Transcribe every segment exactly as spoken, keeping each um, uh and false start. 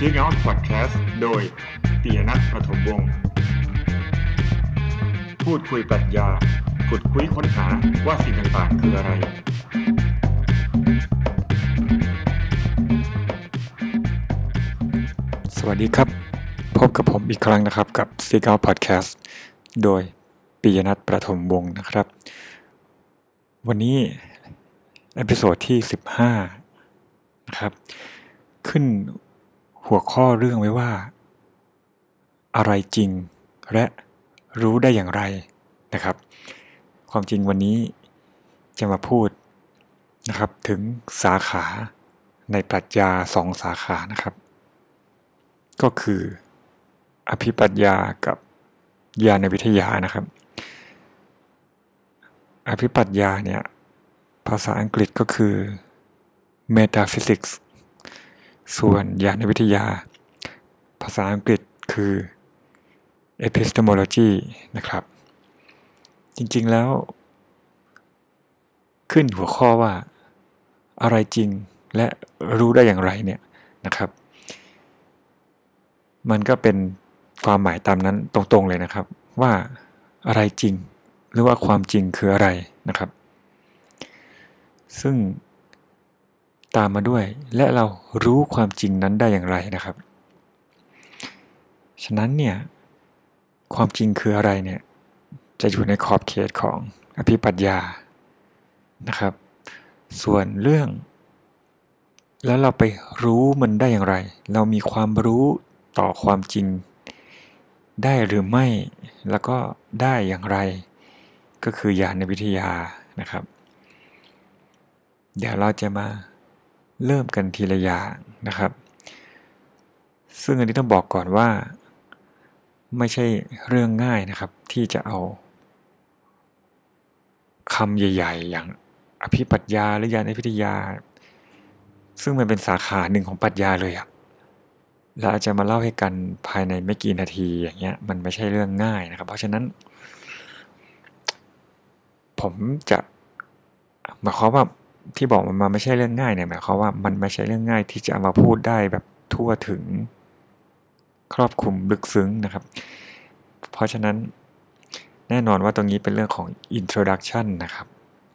Seek Out Podcast โดยปิยนัท ประถมวงศ์พูดคุยปรัชญาขุดคุยค้นหาว่าสิ่งต่างๆคืออะไรสวัสดีครับพบกับผมอีกครั้งนะครับกับ Seek Out Podcast โดยปิยนัท ประถมวงศ์นะครับวันนี้เอพิโซดที่สิบห้านะครับขึ้นหัวข้อเรื่องไว้ว่าอะไรจริงและรู้ได้อย่างไรนะครับความจริงวันนี้จะมาพูดนะครับถึงสาขาในปรัชญาสองสาขานะครับก็คืออภิปรัชญากับญาณวิทยานะครับอภิปรัชญาเนี่ยภาษาอังกฤษก็คือ metaphysics ส่วนญาณวิทยาภาษาอังกฤษคือ epistemology นะครับจริงๆแล้วขึ้นหัวข้อว่าอะไรจริงและรู้ได้อย่างไรเนี่ยนะครับมันก็เป็นความหมายตามนั้นตรงๆเลยนะครับว่าอะไรจริงหรือว่าความจริงคืออะไรนะครับซึ่งตามมาด้วยและเรารู้ความจริงนั้นได้อย่างไรนะครับฉะนั้นเนี่ยความจริงคืออะไรเนี่ยจะอยู่ในขอบเขตของอภิปรัชญานะครับส่วนเรื่องแล้วเราไปรู้มันได้อย่างไรเรามีความรู้ต่อความจริงได้หรือไม่แล้วก็ได้อย่างไรก็คือญาณวิทยานะครับเดี๋ยวเราจะมาเริ่มกันทีละอย่างนะครับซึ่งอันนี้ต้องบอกก่อนว่าไม่ใช่เรื่องง่ายนะครับที่จะเอาคำใหญ่ๆอย่างอภิปรัชญาหรือญาณวิทยาซึ่งมันเป็นสาขาหนึ่งของปรัชญาเลยอะแล้วอาจจะมาเล่าให้กันภายในไม่กี่นาทีอย่างเงี้ยมันไม่ใช่เรื่องง่ายนะครับเพราะฉะนั้นผมจะหมายความว่าที่บอกมันมาไม่ใช่เรื่องง่ายเนี่ยหมายความว่ามันไม่ใช่เรื่องง่ายที่จะเอามาพูดได้แบบทั่วถึงครอบคลุมลึกซึ้งนะครับเพราะฉะนั้นแน่นอนว่าตรงนี้เป็นเรื่องของ introduction นะครับ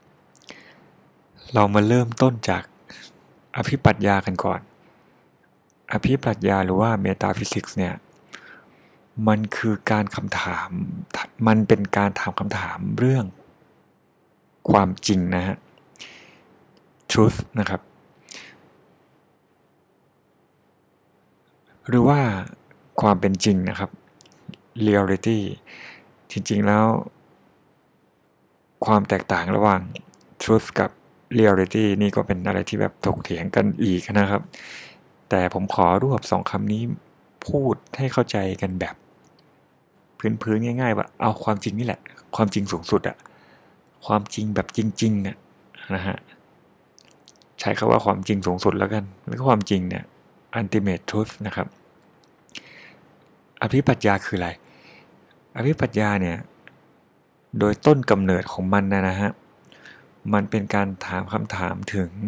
เรามาเริ่มต้นจากอภิปรัชญากันก่อนอภิปรัชญาหรือว่า metaphysics เนี่ยมันคือการคำถามมันเป็นการถามคำถามเรื่องความจริงนะฮะ truth นะครับหรือว่าความเป็นจริงนะครับ reality จริงๆแล้วความแตกต่างระหว่าง truth กับ reality นี่ก็เป็นอะไรที่แบบถกเถียงกันอีกนะครับแต่ผมขอรวบสองคำนี้พูดให้เข้าใจกันแบบพื้นๆง่ายๆว่าเอาความจริงนี่แหละความจริงสูงสุดอะความจริงแบบจริงๆอะนะฮะใช้คำว่าความจริงสูงสุดแล้วกันแล้วก็ความจริงเนี่ย ultimate truth นะครับอภิปรัชญาคืออะไรอภิปรัชญาเนี่ยโดยต้นกำเนิดของมันนะนะฮะมันเป็นการถามคำถามถึง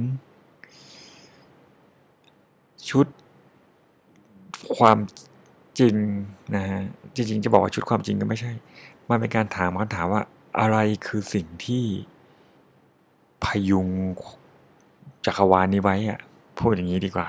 ชุดความจริงนะฮะจริงๆจะบอกว่าชุดความจริงก็ไม่ใช่มันเป็นการถามคำถามว่าอะไรคือสิ่งที่พยุงจักรวาลนี้ไว้อะพูดอย่างนี้ดีกว่า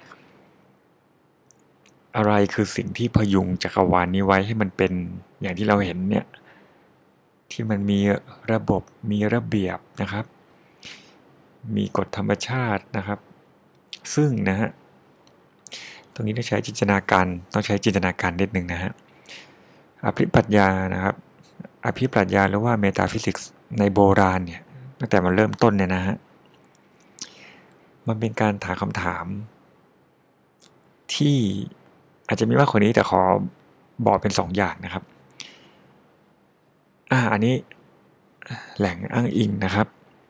อะไรคือสิ่งที่พยุงจักรวาลนี้ไว้ให้มันเป็นอย่างที่เราเห็นเนี่ยที่มันมีระบบมีระเบียบนะครับมีกฎธรรมชาตินะครับซึ่งนะฮะตรงนี้ต้องใช้จินตนาการต้องใช้จินตนาการนิดนึงนะฮะอภิปรัชญานะครับอภิปรัชญาหรือว่า metaphysics ในโบราณเนี่ยตั้งแต่มันเริ่มต้นเนี่ยนะฮะมันเป็นการถามคำถามที่อาจจะมีมากกว่านี้แต่ขอบอกเป็นสองอย่างนะครับอ่าอันนี้แหล่งอ้างอิงนะครับ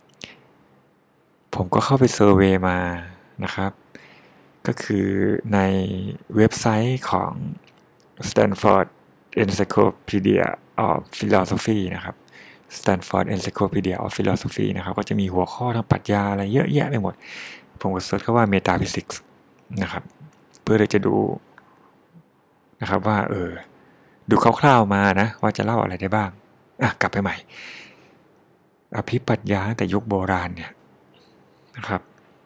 ผมก็เข้าไปเซอร์เวย์มานะครับก็คือในเว็บไซต์ของ Stanford Encyclopedia of Philosophy นะครับ Stanford Encyclopedia of Philosophy นะครับก็จะมีหัวข้อทางปรัชญาอะไรเยอะแยะไปหมดผมก็เสิร์ชคำว่า metaphysics นะครับเพื่อจะดูนะครับว่าเออดูคร่าวๆมานะว่าจะเล่าอะไรได้บ้างอ่ะกลับไปใหม่อภิปรัชญาตั้งแต่ยุคโบราณเนี่ยนะครับ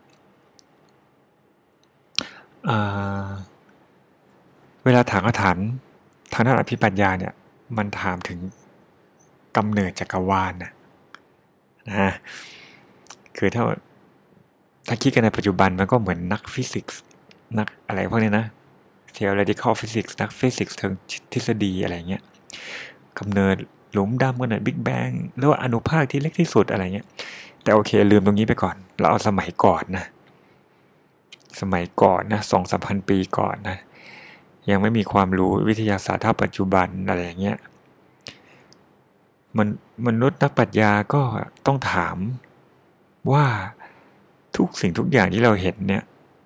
เวลาถามคำถามทางด้านอภิปรัชญาเนี่ยมันถามถึงกำเนิดจักรวาลนะนะคือถ้าถ้าคิดกันในปัจจุบันมันก็เหมือนนักฟิสิกส์นักอะไรพวกนี้นะ theoretical physics นักฟิสิกส์เชิงทฤษฎีอะไรเงี้ยกำเนิดหลุมดำกำเนิดบิ๊กแบงหรือว่าอนุภาคที่เล็กที่สุดอะไรเงี้ยแต่โอเคลืมตรงนี้ไปก่อนเราเอาสมัยก่อนนะสมัยก่อนนะสองสามพันปีก่อนนะยังไม่มีความรู้วิทยาศาสตร์เท่าปัจจุบันอะไรอย่างเงี้ยมันมนุษย์นักปรัชญาก็ต้องถามว่าทุกสิ่งทุกอย่างที่เราเห็นเนี่ย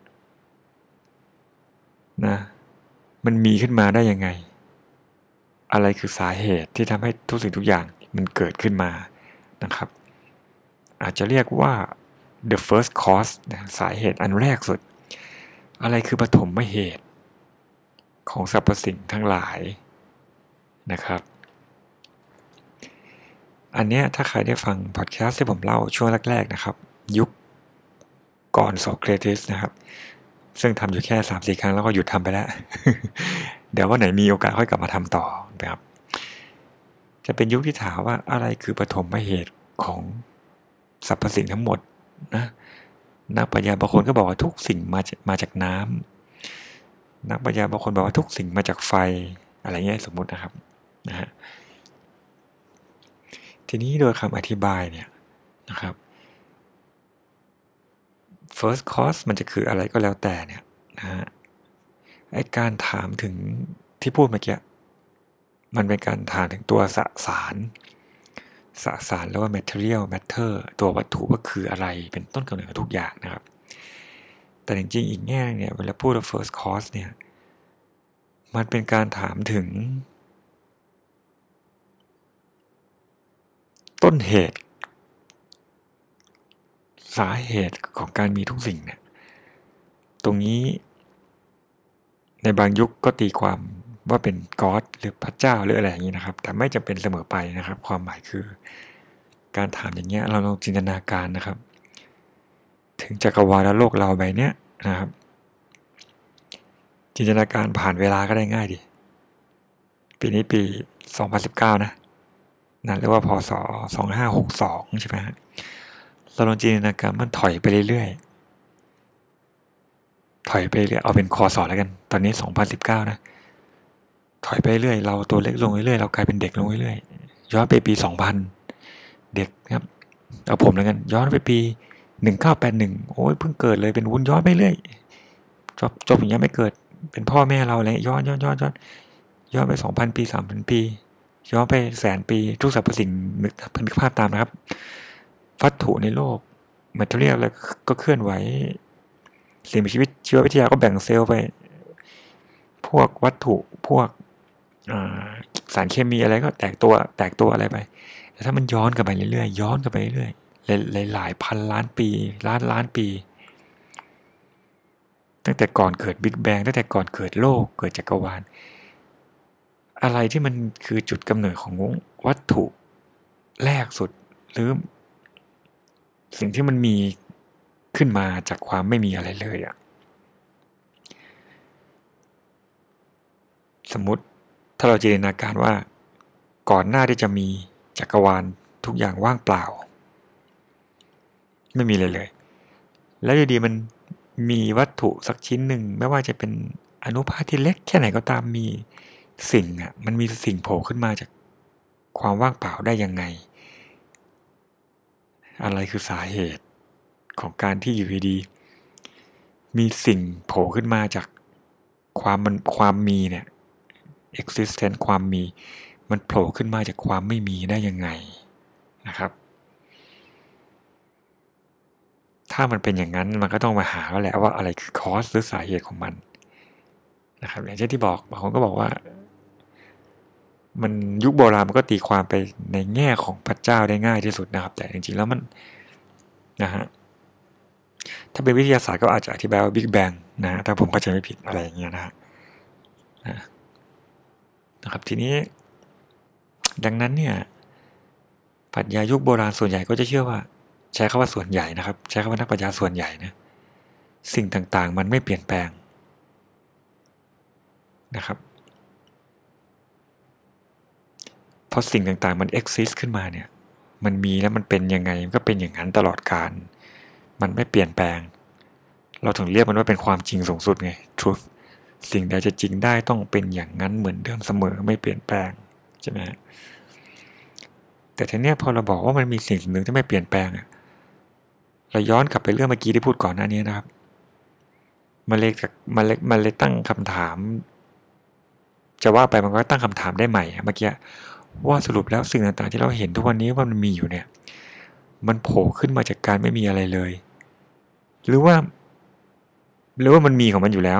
นะมันมีขึ้นมาได้ยังไงอะไรคือสาเหตุที่ทำให้ทุกสิ่งทุกอย่างมันเกิดขึ้นมานะครับอาจจะเรียกว่า the first cause นะสาเหตุอันแรกสุดอะไรคือปฐมเหตุของสรรพสิ่งทั้งหลายนะครับอันเนี้ยถ้าใครได้ฟังพอดแคสต์ที่ผมเล่าช่วงแรกๆนะครับยุคก่อนโสเครติสนะครับซึ่งทำอยู่แค่ สามถึงสี่ ครั้งแล้วก็หยุดทำไปแล้ว เดี๋ยววันไหนมีโอกาสค่อยกลับมาทำต่อนะครับจะเป็นยุคที่ถามว่าอะไรคือปฐมเหตุของสรรพสิ่งทั้งหมดนะนักปรัชญาบางคนก็บอกว่าทุกสิ่งมาจากมาจากน้ำนักปรัชญาบางคนบอกว่าทุกสิ่งมาจากไฟอะไรเงี้ยสมมุตินะครับนะฮะทีนี้โดยคำอธิบายเนี่ยนะครับ first cause มันจะคืออะไรก็แล้วแต่เนี่ยนะฮะไอการถามถึงที่พูดเมื่อกี้มันเป็นการถามถึงตัวสสารสสารแล้วว่า material matter ตัววัตถุว่าคืออะไรเป็นต้นกำเนิดของทุกอย่างนะครับแต่จริงๆอีกแง่เนี่ยเวลาพูดว่า first cause เนี่ยมันเป็นการถามถึงต้นเหตุสาเหตุของการมีทุกสิ่งเนี่ยตรงนี้ในบางยุคก็ตีความว่าเป็นก็อดหรือพระเจ้าหรืออะไรอย่างนี้นะครับแต่ไม่จำเป็นเสมอไปนะครับความหมายคือการถามอย่างเงี้ยเราลองจินตนาการนะครับถึงจักรวาลและโลกเราใบเนี้ยนะครับจินตนาการผ่านเวลาก็ได้ง่ายดิปีนี้ปีสองพันสิบเก้านะนั่นเรียกว่าพศสองพันห้าร้อยหกสิบสองใช่ไหมฮะเราลองจินตนาการมันถอยไปเรื่อยๆถอยไปเรื่อยเอาเป็นคศแล้วกันตอนนี้สองพันสิบเก้านะถอยไปเรื่อยเราตัวเล็กลงเรื่อยเรากลายเป็นเด็กลงเรื่อยย้อนไปปีสองพันเด็กครับเอาผมแล้วกันย้อนไปปีหนึ่งพันเก้าร้อยแปดสิบเอ็ดโอ้ยเพิ่งเกิดเลยเป็นวุ้นย้อนไปเรื่อยจบจบอย่างเงี้ยไม่เกิดเป็นพ่อแม่เราเลยย้อนย้อนย้อนย้อนย้อนไปสองพันปีสามพันปีย้อนไปแสนปีทุกสรรพสิ่งนึกนึกภาพตามนะครับวัตถุในโลกแมทเทียลอะไรก็เคลื่อนไหวสิ่งมีชีวิตชีววิทยาก็แบ่งเซลล์ไปพวกวัตถุพวกสารเคมีอะไรก็แตกตัวแตกตัวอะไรไปแต่ถ้ามันย้อนกลับไปเรื่อยๆย้อนกลับไปเรื่อยๆหลายหลายพันล้านปีล้านล้านปีตั้งแต่ก่อนเกิดบิ๊กแบงตั้งแต่ก่อนเกิดโลกเกิดจักรวาลอะไรที่มันคือจุดกำเนิดของวัตถุแรกสุดหรือสิ่งที่มันมีขึ้นมาจากความไม่มีอะไรเลยอะสมมุติถ้าเราจินตนาการว่าก่อนหน้าที่จะมีจักรวาลทุกอย่างว่างเปล่าไม่มีเลยเลยแล้วอยู่ดีมันมีวัตถุสักชิ้นหนึ่งไม่ว่าจะเป็นอนุภาคที่เล็กแค่ไหนก็ตามมีสิ่งอ่ะมันมีสิ่งโผล่ขึ้นมาจากความว่างเปล่าได้ยังไงอะไรคือสาเหตุของการที่อยู่ดีๆมีสิ่งโผล่ขึ้นมาจากความมันความมีเนี่ย existence ความมีมันโผล่ขึ้นมาจากความไม่มีได้ยังไงนะครับถ้ามันเป็นอย่างนั้นมันก็ต้องมาหาแล้วแหละว่าอะไรคือ cause หรือสาเหตุของมันนะครับอย่างเช่นที่บอกบางคนก็บอกว่ามันยุคโบราณมันก็ตีความไปในแง่ของพระเจ้าได้ง่ายที่สุดนะครับแต่จริงๆแล้วมันนะฮะถ้าเป็นวิทยาศาสตร์ก็อาจจะอธิบายว่า Big Bang นะถ้าผมเข้าใจไม่ผิดอะไรอย่างเงี้ยนะฮะนะครับทีนี้ดังนั้นเนี่ยปรัชญายุคโบราณส่วนใหญ่ก็จะเชื่อว่าใช้คำว่าส่วนใหญ่นะครับใช้คำว่านักปรัชญาส่วนใหญ่นะสิ่งต่างๆมันไม่เปลี่ยนแปลงนะครับเพราะสิ่งต่างๆมัน exist ขึ้นมาเนี่ยมันมีแล้วมันเป็นยังไงมันก็เป็นอย่างนั้นตลอดกาลมันไม่เปลี่ยนแปลงเราถึงเรียกมันว่าเป็นความจริงสูงสุดไง truth สิ่งใดจะจริงได้ต้องเป็นอย่างนั้นเหมือนเดิมเสมอไม่เปลี่ยนแปลงใช่ไหมแต่ทีเนี้ยพอเราบอกว่ามันมีสิ่งหนึ่งที่ไม่เปลี่ยนแปลงอะเราย้อนกลับไปเรื่องเมื่อกี้ที่พูดก่อนหน้านี้นะครับมันเลยมันเลยมันเลยตั้งคำถามจะว่าไปมันก็ตั้งคำถามได้ใหม่เมื่อกี้ว่าสรุปแล้วสิ่งต่างๆที่เราเห็นทุกวันนี้ว่ามันมีอยู่เนี่ยมันโผล่ขึ้นมาจากการไม่มีอะไรเลยหรือว่าหรือว่ามันมีของมันอยู่แล้ว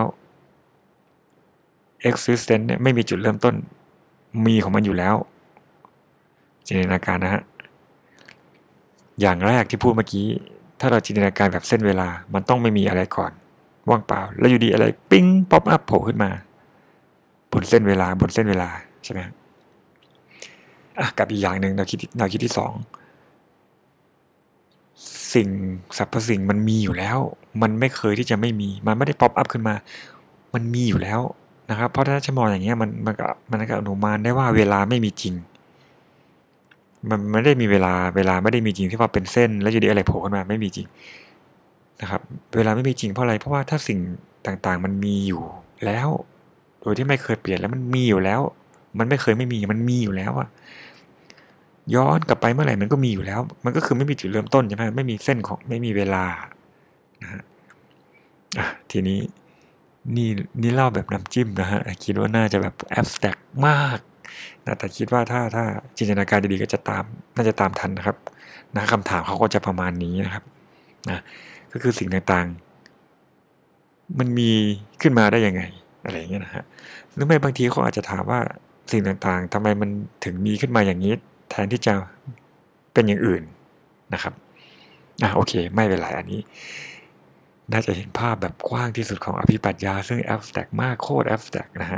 existence เนี่ยไม่มีจุดเริ่มต้นมีของมันอยู่แล้วจินตนาการนะฮะอย่างแรกที่พูดเมื่อกี้ถ้าเราจินตนาการแบบเส้นเวลามันต้องไม่มีอะไรก่อนว่างเปล่าแล้วอยู่ดีอะไรปิ้งป๊อปอัพโผล่ขึ้นมาบนเส้นเวลาบนเส้นเวลาใช่ไหมอ่ะกับอีกอย่างหนึ่งเราคิดเราคิดที่สองสิ่งสรรพสิ่งมันมีอยู่แล้วมันไม่เคยที่จะไม่มีมันไม่ได้ป๊อปอัพขึ้นมามันมีอยู่แล้วนะครับเพราะถ้าจะมองอย่างเงี้ยมันมันก็มันก็อนุมานได้ว่าเวลาไม่มีจริงมันไม่ได้มีเวลาเวลาไม่ได้มีจริงที่ว่าเป็นเส้นแล้วอยู่ดีอะไรโผล่ขึ้นมาไม่มีจริงนะครับเวลาไม่มีจริงเพราะอะไรเพราะว่าถ้าสิ่งต่างๆมันมีอยู่แล้วโดยที่ไม่เคยเปลี่ยนแล้วมันมีอยู่แล้วมันไม่เคยไม่มีมันมีอยู่แล้วอะย้อนกลับไปเมื่อไหร่มันก็มีอยู่แล้วมันก็คือไม่มีจุดเริ่มต้นใช่ไหมไม่มีเส้นของไม่มีเวลานะฮะอ่ะทีนี้นี่นี่เล่าแบบน้ำจิ้มนะฮะคิดว่าน่าจะแบบแอบสแต็กมากนะแต่คิดว่าถ้าถ้าจินตนาการดีๆก็จะตามน่าจะตามทันนะครับนะคำถามเขาก็จะประมาณนี้นะครับนะก็คือสิ่งต่างๆมันมีขึ้นมาได้ยังไงอะไรอย่างเงี้ยนะฮะหรือไม่บางทีเขาอาจจะถามว่าสิ่งต่างๆทำไมมันถึงมีขึ้นมาอย่างนี้แทนที่จะเป็นอย่างอื่นนะครับอ่ะโอเคไม่เป็นไรอันนี้น่าจะเห็นภาพแบบกว้างที่สุดของอภิปรัชญาซึ่งแอบสแต็กมากโคตรแอบสแต็กนะฮะ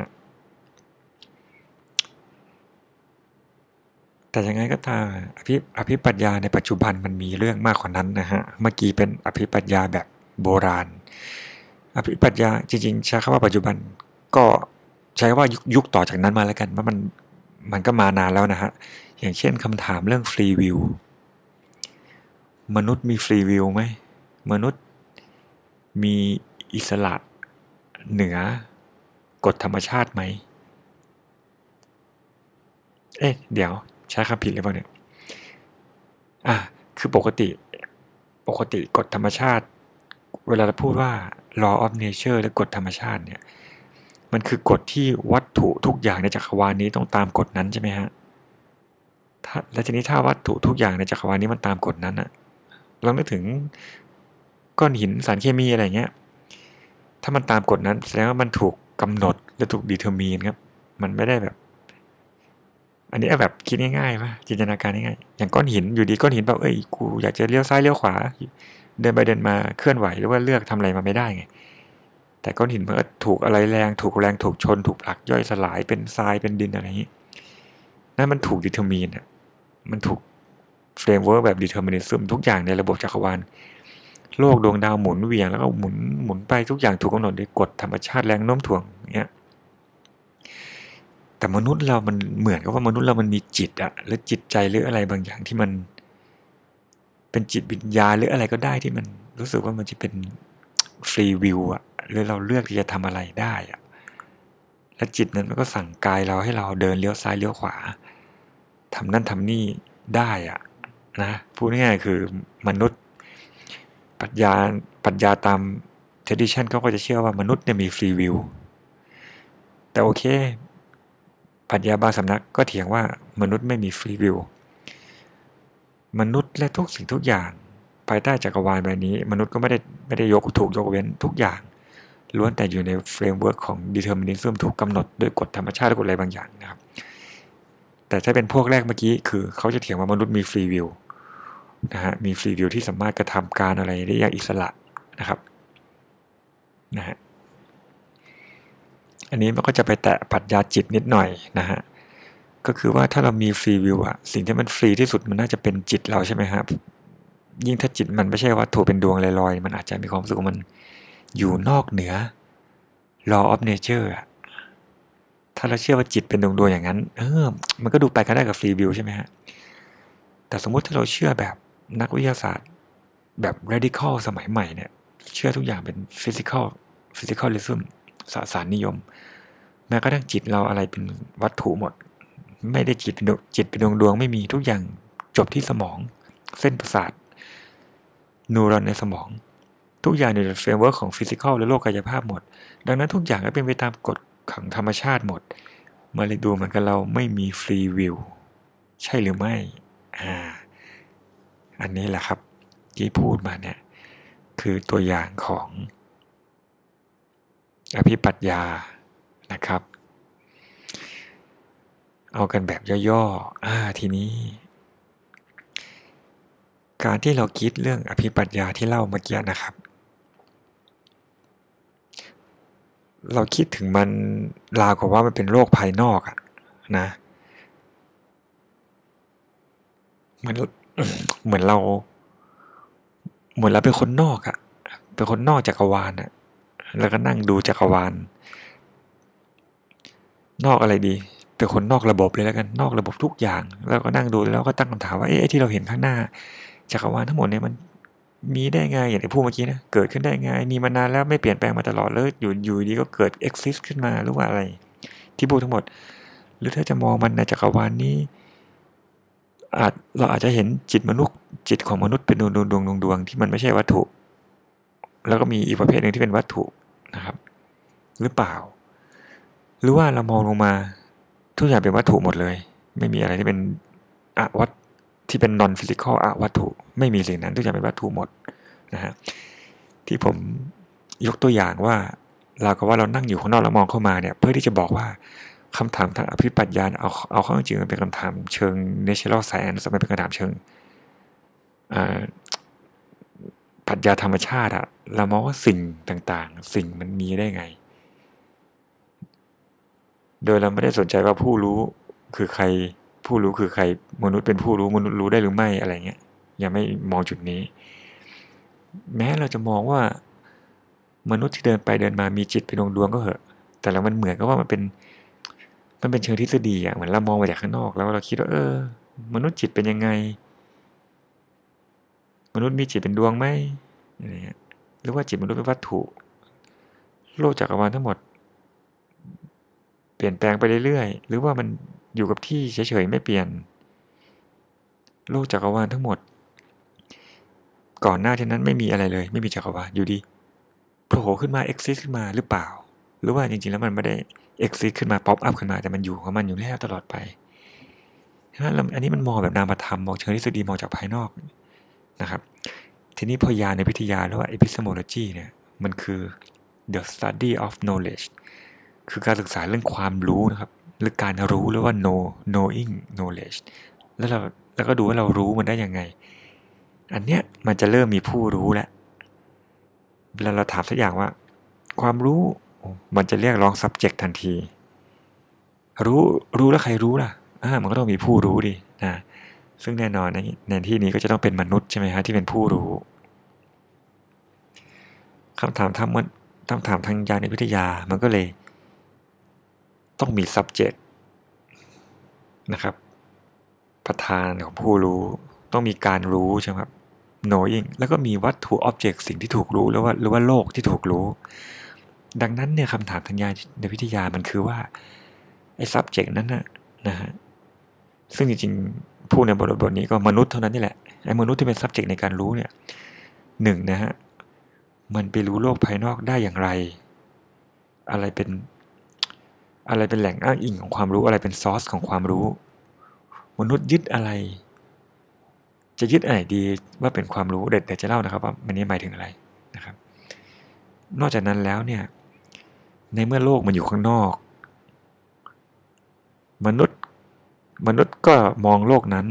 แต่ยังไงก็ตามอภิอภิปรัชญาในปัจจุบันมันมีเรื่องมากกว่านั้นนะฮะเมื่อกี้เป็นอภิปรัชญาแบบโบราณอภิปรัชญาจริงๆใช้คำว่าปัจจุบันก็ใช้ว่ายุคต่อจากนั้นมาแล้วกันว่ามันมันก็มานานแล้วนะฮะอย่างเช่นคำถามเรื่องฟรีวิลมนุษย์มีฟรีวิลไหมมนุษย์มีอิสระเหนือกฎธรรมชาติไหมเอ๊ะเดี๋ยวใช้คำผิดหรือเปล่าเนี่ยอ่ะคือปกติปกติกฎธรรมชาติเวลาเราพูดว่า law of nature หรือกฎธรรมชาติเนี่ยมันคือกฎที่วัตถุทุกอย่างในจักรวาลนี้ต้องตามกฎนั้นใช่ไหมฮะถ้าและทีนี้ถ้าวัตถุทุกอย่างในจักรวาลนี้มันตามกฎนั้นอะเรานึกถึงก้อนหินสารเคมีอะไรเงี้ยถ้ามันตามกฎนั้นแสดงว่ามันถูกกำหนดและถูกดีเทอร์มีนครับมันไม่ได้แบบอันนี้แบบคิดง่ายๆป่ะจินตนาการง่ายๆอย่างก้อนหินอยู่ดีก้อนหินแบบเอ้ยกูอยากจะเลี้ยวซ้ายเลี้ยวขวาเดินไปเดินมาเคลื่อนไหวหรือว่าเลือกทำอะไรมาไม่ได้ไงแต่ก้อนหินมันก็ถูกอะไรแรงถูกแรงถูกชนถูกผลักย่อยสลายเป็นทรายเป็นดินอะไรอย่างนี้นั่นมันถูกดีเทอร์มีนอ่ะมันถูกเฟรมเวิร์กแบบดีเทอร์มินิซึมทุกอย่างในระบบจักรวาลโลกดวงดาวหมุนเวียงแล้วก็หมุนหมุนไปทุกอย่างถูกกำหนดโดยกฎธรรมชาติแรงโน้มถ่วงเงี้ยแต่มนุษย์เรามันเหมือนกับว่ามนุษย์เรามันมีจิตอะหรือจิตใจหรืออะไรบางอย่างที่มันเป็นจิตวิญญาณหรืออะไรก็ได้ที่มันรู้สึกว่ามันจะเป็นฟรีวิลอะหรือเราเลือกที่จะทำอะไรได้อะและจิตนั้นมันก็สั่งกายเราให้เราเดินเลี้ยวซ้ายเลี้ยวขวาทำนั่นทำนี่ได้อะนะพูดง่ายๆคือมนุษย์ปรัชญาปรัชญาตาม tradition เขาก็จะเชื่อว่ามนุษย์เนี่ยมีฟรีวิลแต่โอเคปรัชญาบางสำนักก็เถียงว่ามนุษย์ไม่มีฟรีวิลมนุษย์และทุกสิ่งทุกอย่างภายใต้จักรวาลใบนี้มนุษย์ก็ไม่ได้ไม่ได้ยกถูกยกเว้นทุกอย่างล้วนแต่อยู่ในเฟรมเวิร์กของ determinism ถูกกำหนดโดยกฎธรรมชาติกฎอะไรบางอย่างนะครับแต่ถ้าเป็นพวกแรกเมื่อกี้คือเขาจะเถียงว่ามนุษย์มีฟรีวิลนะฮะมีฟรีวิลที่สามารถกระทำการอะไรได้อย่างอิสระนะครับนะฮะอันนี้มันก็จะไปแตะปรัชญาจิตนิดหน่อยนะฮะก็คือว่าถ้าเรามีฟรีวิวอะสิ่งที่มันฟรีที่สุดมันน่าจะเป็นจิตเราใช่ไหมครับยิ่งถ้าจิตมันไม่ใช่วัตถุเป็นดวงลอยๆมันอาจจะมีความรู้สึกว่ามันอยู่นอกเหนือ law of nature อะถ้าเราเชื่อว่าจิตเป็นดวงดวงอย่างนั้นเออมันก็ดูไปกันได้กับฟรีวิวใช่ไหมฮะแต่สมมุติถ้าเราเชื่อแบบนักวิทยาศาสตร์แบบ radical สมัยใหม่เนี่ยเชื่อทุกอย่างเป็น physical physicalism สสารนิยมแม้กระทั่งจิตเราอะไรเป็นวัตถุหมดไม่ได้จิตเป็นจิตเป็นดวงดวงไม่มีทุกอย่างจบที่สมองเส้นประสาทนูรอนในสมองทุกอย่างอยู่ในเฟรมเวิร์คของฟิสิกอลและโลกกายภาพหมดดังนั้นทุกอย่างก็เป็นไปตามกฎของธรรมชาติหมดมาเลยดูเหมือนกับเราไม่มีฟรีวิลใช่หรือไม่อ่าอันนี้แหละครับที่พูดมาเนี่ยคือตัวอย่างของอภิปรัชญานะครับเอากันแบบย่อๆอ่าทีนี้การที่เราคิดเรื่องอภิปรัชญาที่เล่าเมื่อกี้นะครับเราคิดถึงมันราวกับว่ามันเป็นโลกภายนอกอะนะเหมือนเหมือนเราเหมือนเราเป็นคนนอกอะเป็นคนนอกจักรวาลอะแล้วก็นั่งดูจักรวาลนอกอะไรดีเป็นคนนอกระบบเลยแล้วกันนอกระบบทุกอย่างแล้วก็นั่งดูแล้วก็ตั้งคำถามว่าเอ๊ะไอ้ที่เราเห็นข้างหน้าจักรวาลทั้งหมดเนี่ยมันมีได้ไงอย่างที่พูดเมื่อกี้นะเกิดขึ้นได้ไงมีมานานแล้วไม่เปลี่ยนแปลงมาตลอดเลยอยู่อยู่ดีก็เกิด exist ขึ้นมาหรือว่าอะไรที่พูดทั้งหมดหรือถ้าจะมองมันในจักรวาลนี้อาจเราอาจจะเห็นจิตมนุษย์จิตของมนุษย์เป็นดวงดวงดวงดวงดวงที่มันไม่ใช่วัตถุแล้วก็มีอีกประเภทหนึ่งที่เป็นวัตถุนะครับหรือเปล่าหรือว่าเรามองลงมาทุกอย่างเป็นวัตถุหมดเลยไม่มีอะไรที่เป็นอวัตที่เป็น non physical อวัตถุไม่มีสิ่งนั้นทุกอย่างเป็นวัตถุหมดนะฮะที่ผมยกตัวอย่างว่าเราก็ว่าเรานั่งอยู่ข้างนอกแล้วมองเข้ามาเนี่ยเพื่อที่จะบอกว่าคำถามทางอภิปรัชญาเอาเอาเข้าจริงมันเป็นคำถามเชิง natural science มันเป็นคำถามเชิงปรัชญาธรรมชาติอะเรามองว่าสิ่งต่างๆสิ่งมันมีได้ไงโดยเราไม่ได้สนใจว่าผู้รู้คือใครผู้รู้คือใครมนุษย์เป็นผู้รู้มนุษย์รู้ได้หรือไม่อะไรเงี้ยยังไม่มองจุดนี้แม้เราจะมองว่ามนุษย์ที่เดินไปเดินมามีจิตเป็นดวงดวงก็เหอะแต่แล้วมันเหมือนกับว่ามันเป็นมันเป็นเชิงทฤษฎีอะเหมือนเรามองมาจากข้างนอกแล้วเราคิดว่าเออมนุษย์จิตเป็นยังไงมนุษย์มีจิตเป็นดวงไหมอะไรเงี้ยหรือว่าจิตมนุษย์เป็นวัตถุโลกจักรวาลทั้งหมดเปลี่ยนแปลงไปเรื่อยๆหรือว่ามันอยู่กับที่เฉยๆไม่เปลี่ยนโลกจักรวาลทั้งหมดก่อนหน้าที่นั้นไม่มีอะไรเลยไม่มีจักรวาลอยู่ดีโผล่ขึ้นมา exist ขึ้นมาหรือเปล่าหรือว่าจริงๆแล้วมันไม่ได้ exist ขึ้นมา pop up ขึ้นมาแต่มันอยู่ของมันอยู่แล้วตลอดไปฉะนั้นอันนี้มันมองแบบนามธรรมมองเชิงทฤษฎีมองจากภายนอกนะครับทีนี้พอยาในวิทยาแล้วว่า epistemology เนี่ยมันคือ the study of knowledge คือการศึกษาเรื่องความรู้นะครับหรือการรู้หรือว่า know knowing knowledge แล้วเราแล้วก็ดูว่าเรารู้มันได้ยังไงอันเนี้ยมันจะเริ่มมีผู้รู้แล้วเวลาเราถามสักอย่างว่าความรู้มันจะเรียกร้อง subject ทันทีรู้รู้แล้วใครรู้ล่ะอ่ามันก็ต้องมีผู้รู้ดินะซึ่งแน่นอนในในที่นี้ก็จะต้องเป็นมนุษย์ใช่ไหมฮะที่เป็นผู้รู้คำถามทางคำถามทางญาณวิทยามันก็เลยต้องมี subject นะครับประธานของผู้รู้ต้องมีการรู้ใช่ไหมครับ knowing แล้วก็มีวัตถุ object สิ่งที่ถูกรู้หรือว่าหรือว่าโลกที่ถูกรู้ดังนั้นเนี่ยคำถามทางญาณวิทยามันคือว่าไอ้ subject นั้นนะนะฮะซึ่งจริงๆผู้ในบทบทนี้ก็มนุษย์เท่านั้นนี่แหละไอ้มนุษย์ที่เป็น subject ในการรู้เนี่ยหนึ่งนะฮะมันไปรู้โลกภายนอกได้อย่างไรอะไรเป็นอะไรเป็นแหล่งอ้างอิงของความรู้อะไรเป็น source ของความรู้มนุษย์ยึดอะไรจะยึดอะไรดีว่าเป็นความรู้เดี๋ยวจะเล่านะครับว่ามันนี้หมายถึงอะไรนะครับนอกจากนั้นแล้วเนี่ยในเมื่อโลกมันอยู่ข้างนอกมนุษย์มนุษย์ก็มองโลกนั้น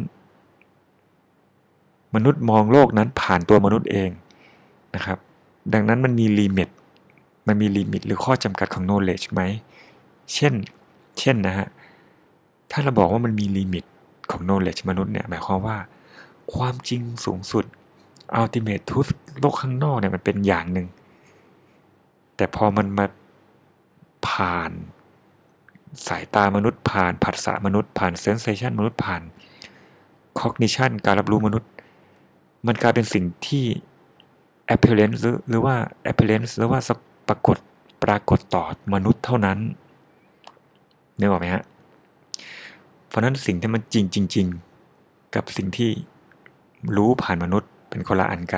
มนุษย์มองโลกนั้นผ่านตัวมนุษย์เองนะครับดังนั้นมันมีลิมิตมันมีลิมิตหรือข้อจำกัดของ knowledge ไหมเช่นเช่นนะฮะถ้าเราบอกว่ามันมีลิมิตของ knowledge มนุษย์เนี่ยหมายความว่าความจริงสูงสุด ultimate truth โลกข้างนอกเนี่ยมันเป็นอย่างหนึ่งแต่พอมันมาผ่านสายตามนุษย์ผ่านผัสสะมนุษย์ผ่าน sensation มนุษย์ผ่าน cognition การรับรู้มนุษย์มันกลายเป็นสิ่งที่ appearance หรือว่า appearance หรือว่าปรากฏปรากฏต่อมนุษย์เท่านั้นนึกออกไหมฮะเพราะนั้นสิ่งที่มันจริงจริงๆกับสิ่งที่รู้ผ่านมนุษย์เป็นคนละอันกัน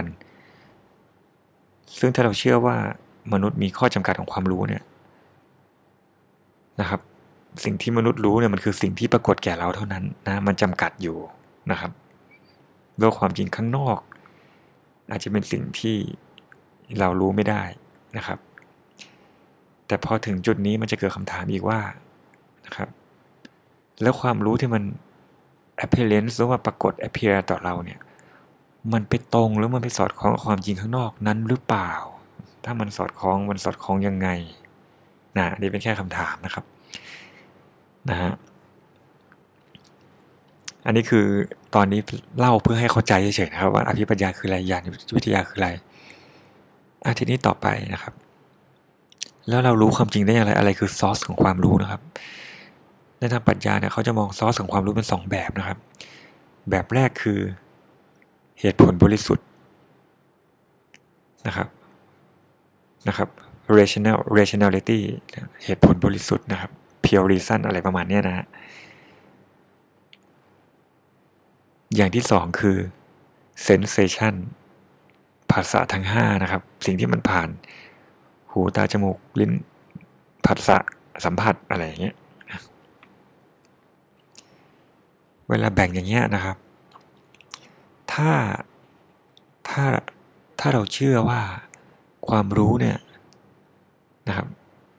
ซึ่งถ้าเราเชื่อว่ามนุษย์มีข้อจำกัดของความรู้เนี่ยนะครับสิ่งที่มนุษย์รู้เนี่ยมันคือสิ่งที่ปรากฏแก่เราเท่านั้นนะมันจำกัดอยู่นะครับโลกความจริงข้างนอกอาจจะเป็นสิ่งที่เรารู้ไม่ได้นะครับแต่พอถึงจุดนี้มันจะเกิดคำถามอีกว่านะครับแล้วความรู้ที่มัน appearance หรือว่าปรากฏ appear ต่อเราเนี่ยมันไปตรงหรือมันไปสอดคล้องกับความจริงข้างนอกนั้นหรือเปล่าถ้ามันสอดคล้องมันสอดคล้องยังไงนะนี่เป็นแค่คำถามนะครับนะฮะอันนี้คือตอนนี้เล่าเพื่อให้เข้าใจเฉยๆนะครับว่าอภิปรัญญาคืออะไรญาณวิทยาคืออะไรอ่ะทีนี้ต่อไปนะครับแล้วเรารู้ความจริงได้อย่างไรอะไรคือซอร์สของความรู้นะครับในทางปรัชญาเนี่ยเขาจะมองซอร์สของความรู้เป็นสองแบบนะครับแบบแรกคือเหตุผลบริสุทธิ์นะครับนะครับ rational rationality เหตุผลบริสุทธิ์นะครับ pure reason อะไรประมาณนี้นะฮะอย่างที่สองคือ sensation ภาษาทั้งห้านะครับสิ่งที่มันผ่านหูตาจมูกลิ้นผัสสะสัมผัสอะไรอย่างเงี้ยเวลาแบ่งอย่างเงี้ยนะครับถ้าถ้าถ้าเราเชื่อว่าความรู้เนี่ยนะครับ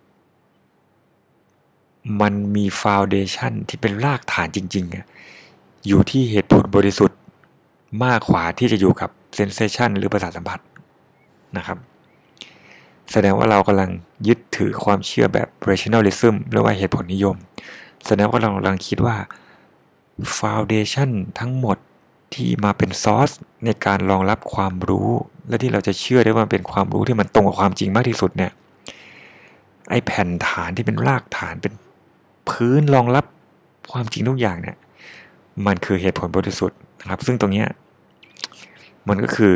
มันมีฟาวเดชั่นที่เป็นรากฐานจริงๆอยู่ที่เหตุผลบริสุทธิ์มากกว่าที่จะอยู่กับเซนเซชันหรือประสาทสัมผัสนะครับแสดงว่าเรากำลังยึดถือความเชื่อแบบ rationalism หรือว่าเหตุผลนิยมแสดงว่าเรากำลังคิดว่า foundation ทั้งหมดที่มาเป็นซอสในการรองรับความรู้และที่เราจะเชื่อได้ว่าเป็นความรู้ที่มันตรงกับความจริงมากที่สุดเนี่ยไอแผ่นฐานที่เป็นรากฐานเป็นพื้นรองรับความจริงทุกอย่างเนี่ยมันคือเหตุผลบริสุทธิ์นะครับซึ่งตรงนี้มันก็คือ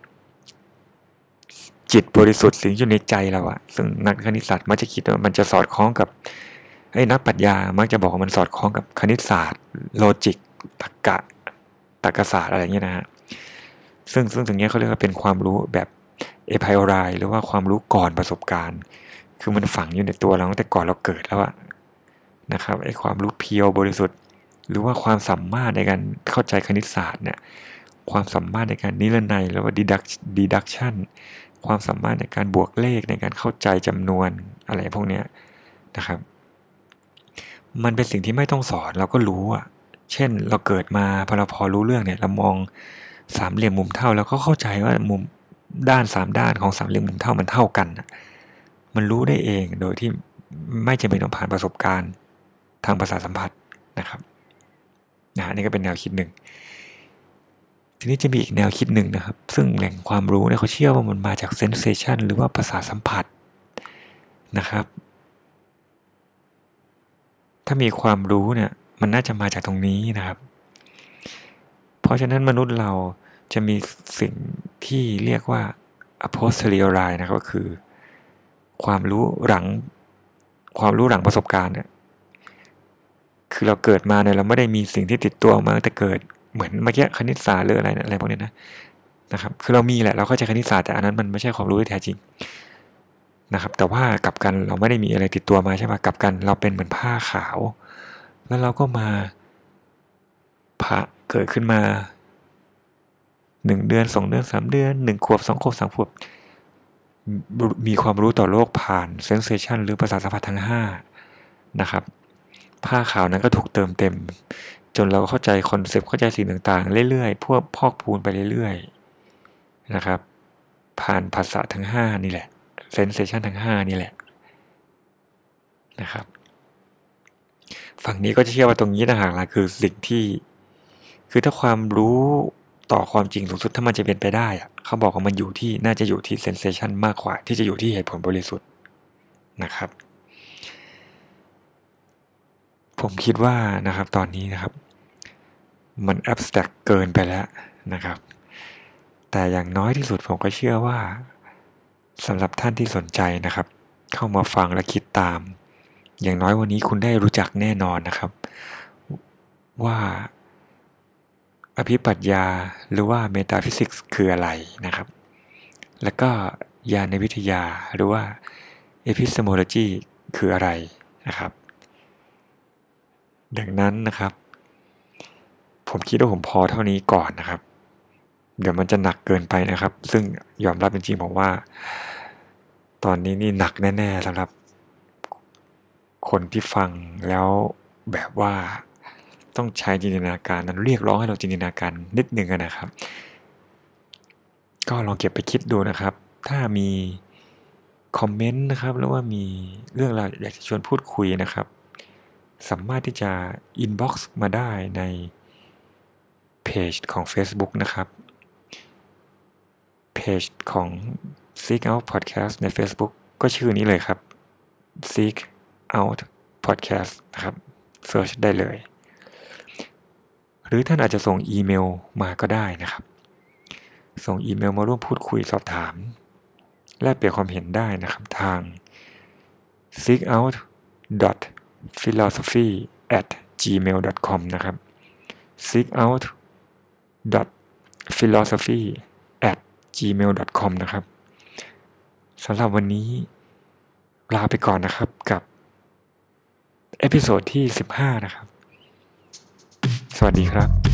จิตบริสุทธิ์สิ่งอยู่ในใจเราอะซึ่งนักคณิตศาสตร์มักจะคิดว่ามันจะสอดคล้องกับไอ้นักปรัชญามักจะบอกว่ามันสอดคล้องกับคณิตศาสตร์โลจิกตรรกะตรรกศาสตร์อะไรอย่างเงี้ยนะฮะซึ่งซึ่งตรงนี้เขาเรียกว่าเป็นความรู้แบบเอไพโอไรหรือว่าความรู้ก่อนประสบการณ์คือมันฝังอยู่ในตัวเราตั้งแต่ก่อนเราเกิดแล้วอะนะครับไอ้ความรู้เพียวบริสุทธิ์หรือว่าความสามารถในการเข้าใจคณิตศาสตร์เนี่ยความสามารถในการนิรนัยหรือว่า deduction ความสามารถในการบวกเลขในการเข้าใจจำนวนอะไรพวกนี้นะครับมันเป็นสิ่งที่ไม่ต้องสอนเราก็รู้อ่ะเช่นเราเกิดมาพอเราพอรู้เรื่องเนี่ยเรามองสามเหลี่ยมมุมเท่าแล้วก็เข้าใจว่ามุมด้านสามด้านของสามเหลี่ยมมุมเท่ามันเท่ากันมันรู้ได้เองโดยที่ไม่จำเป็นต้องผ่านประสบการณ์ทางประสาทสัมผัสนะครับนะนี่ก็เป็นแนวคิดหนึ่งทีนี้จะมีอีกแนวคิดหนึ่งนะครับซึ่งแหล่งความรู้เนี่ยเขาเชื่อว่ามันมาจากเซนเซชันหรือว่าประสาทสัมผัสนะครับถ้ามีความรู้เนี่ยมันน่าจะมาจากตรงนี้นะครับเพราะฉะนั้นมนุษย์เราจะมีสิ่งที่เรียกว่า a posteriori นะครับก็คือความรู้หลังความรู้หลังประสบการณ์เนี่ยคือเราเกิดมาเนี่ยเราไม่ได้มีสิ่งที่ติดตัวมาตั้งแต่เกิดเหมือนเมื่อกี้คณิตศาสตร์หรืออะไรอะไรพวกนี้นะนะครับคือเรามีแหละเราเข้าใจคณิตศาสตร์แต่อันนั้นมันไม่ใช่ความรู้ที่แท้จริงนะครับแต่ว่ากลับกันเราไม่ได้มีอะไรติดตัวมาใช่ป่ะกลับกันเราเป็นเหมือนผ้าขาวแล้วเราก็มาผ่าเกิดขึ้นมาหนึ่งเดือนสองเดือนสามเดือนหนึ่งขวบสองขวบสามขวบมีความรู้ต่อโลกผ่านเซนเซชันหรือประสาทสัมผัสทั้งห้านะครับผ้าขาวนั้นก็ถูกเติมเต็มจนเราเข้าใจคอนเซปต์เข้าใจสิ่งต่างๆเรื่อยๆพวกพอกพูนไปเรื่อยๆนะครับผ่านภาษาทั้งห้านี่แหละเซนเซชันทั้งห้านี่แหละนะครับฝั่งนี้ก็จะเชื่อว่าตรงนี้ต่างหากล่ะคือสิ่งที่คือถ้าความรู้ต่อความจริงสูงสุดถ้ามันจะเป็นไปได้อะเขาบอกว่ามันอยู่ที่น่าจะอยู่ที่ sensation มากกว่าที่จะอยู่ที่เหตุผลบริสุทธิ์นะครับผมคิดว่านะครับตอนนี้นะครับมัน abstract เกินไปแล้วนะครับแต่อย่างน้อยที่สุดผมก็เชื่อว่าสำหรับท่านที่สนใจนะครับเข้ามาฟังและคิดตามอย่างน้อยวันนี้คุณได้รู้จักแน่นอนนะครับว่าอภิปรัชญาหรือว่าเมตาฟิสิกส์คืออะไรนะครับแล้วก็ญาณวิทยาหรือว่า epistemology คืออะไรนะครับดังนั้นนะครับผมคิดว่าผมพอเท่านี้ก่อนนะครับเดี๋ยวมันจะหนักเกินไปนะครับซึ่งยอมรับจริงๆผมว่าตอนนี้นี่หนักแน่ๆสำหรับคนที่ฟังแล้วแบบว่าต้องใช้จินตนาการนั้นเรียกร้องให้เราจินตนาการนิดนึงนะครับก็ลองเก็บไปคิดดูนะครับถ้ามีคอมเมนต์นะครับหรือว่ามีเรื่องราวอยากจะชวนพูดคุยนะครับสามารถที่จะ inbox มาได้ในเพจของ Facebook นะครับเพจของ Seek Out Podcast ใน Facebook ก็ชื่อนี้เลยครับ Seek Out Podcast นะครับเสิร์ชได้เลยหรือท่านอาจจะส่งอีเมลมาก็ได้นะครับส่งอีเมลมาร่วมพูดคุยสอบถามแลกเปลี่ยนความเห็นได้นะครับทาง seek out dot philosophy at gmail dot com นะครับ seek out dot philosophy at gmail dot com นะครับสำหรับวันนี้ลาไปก่อนนะครับกับเอพิโซดที่สิบห้านะครับสวัสดีครับ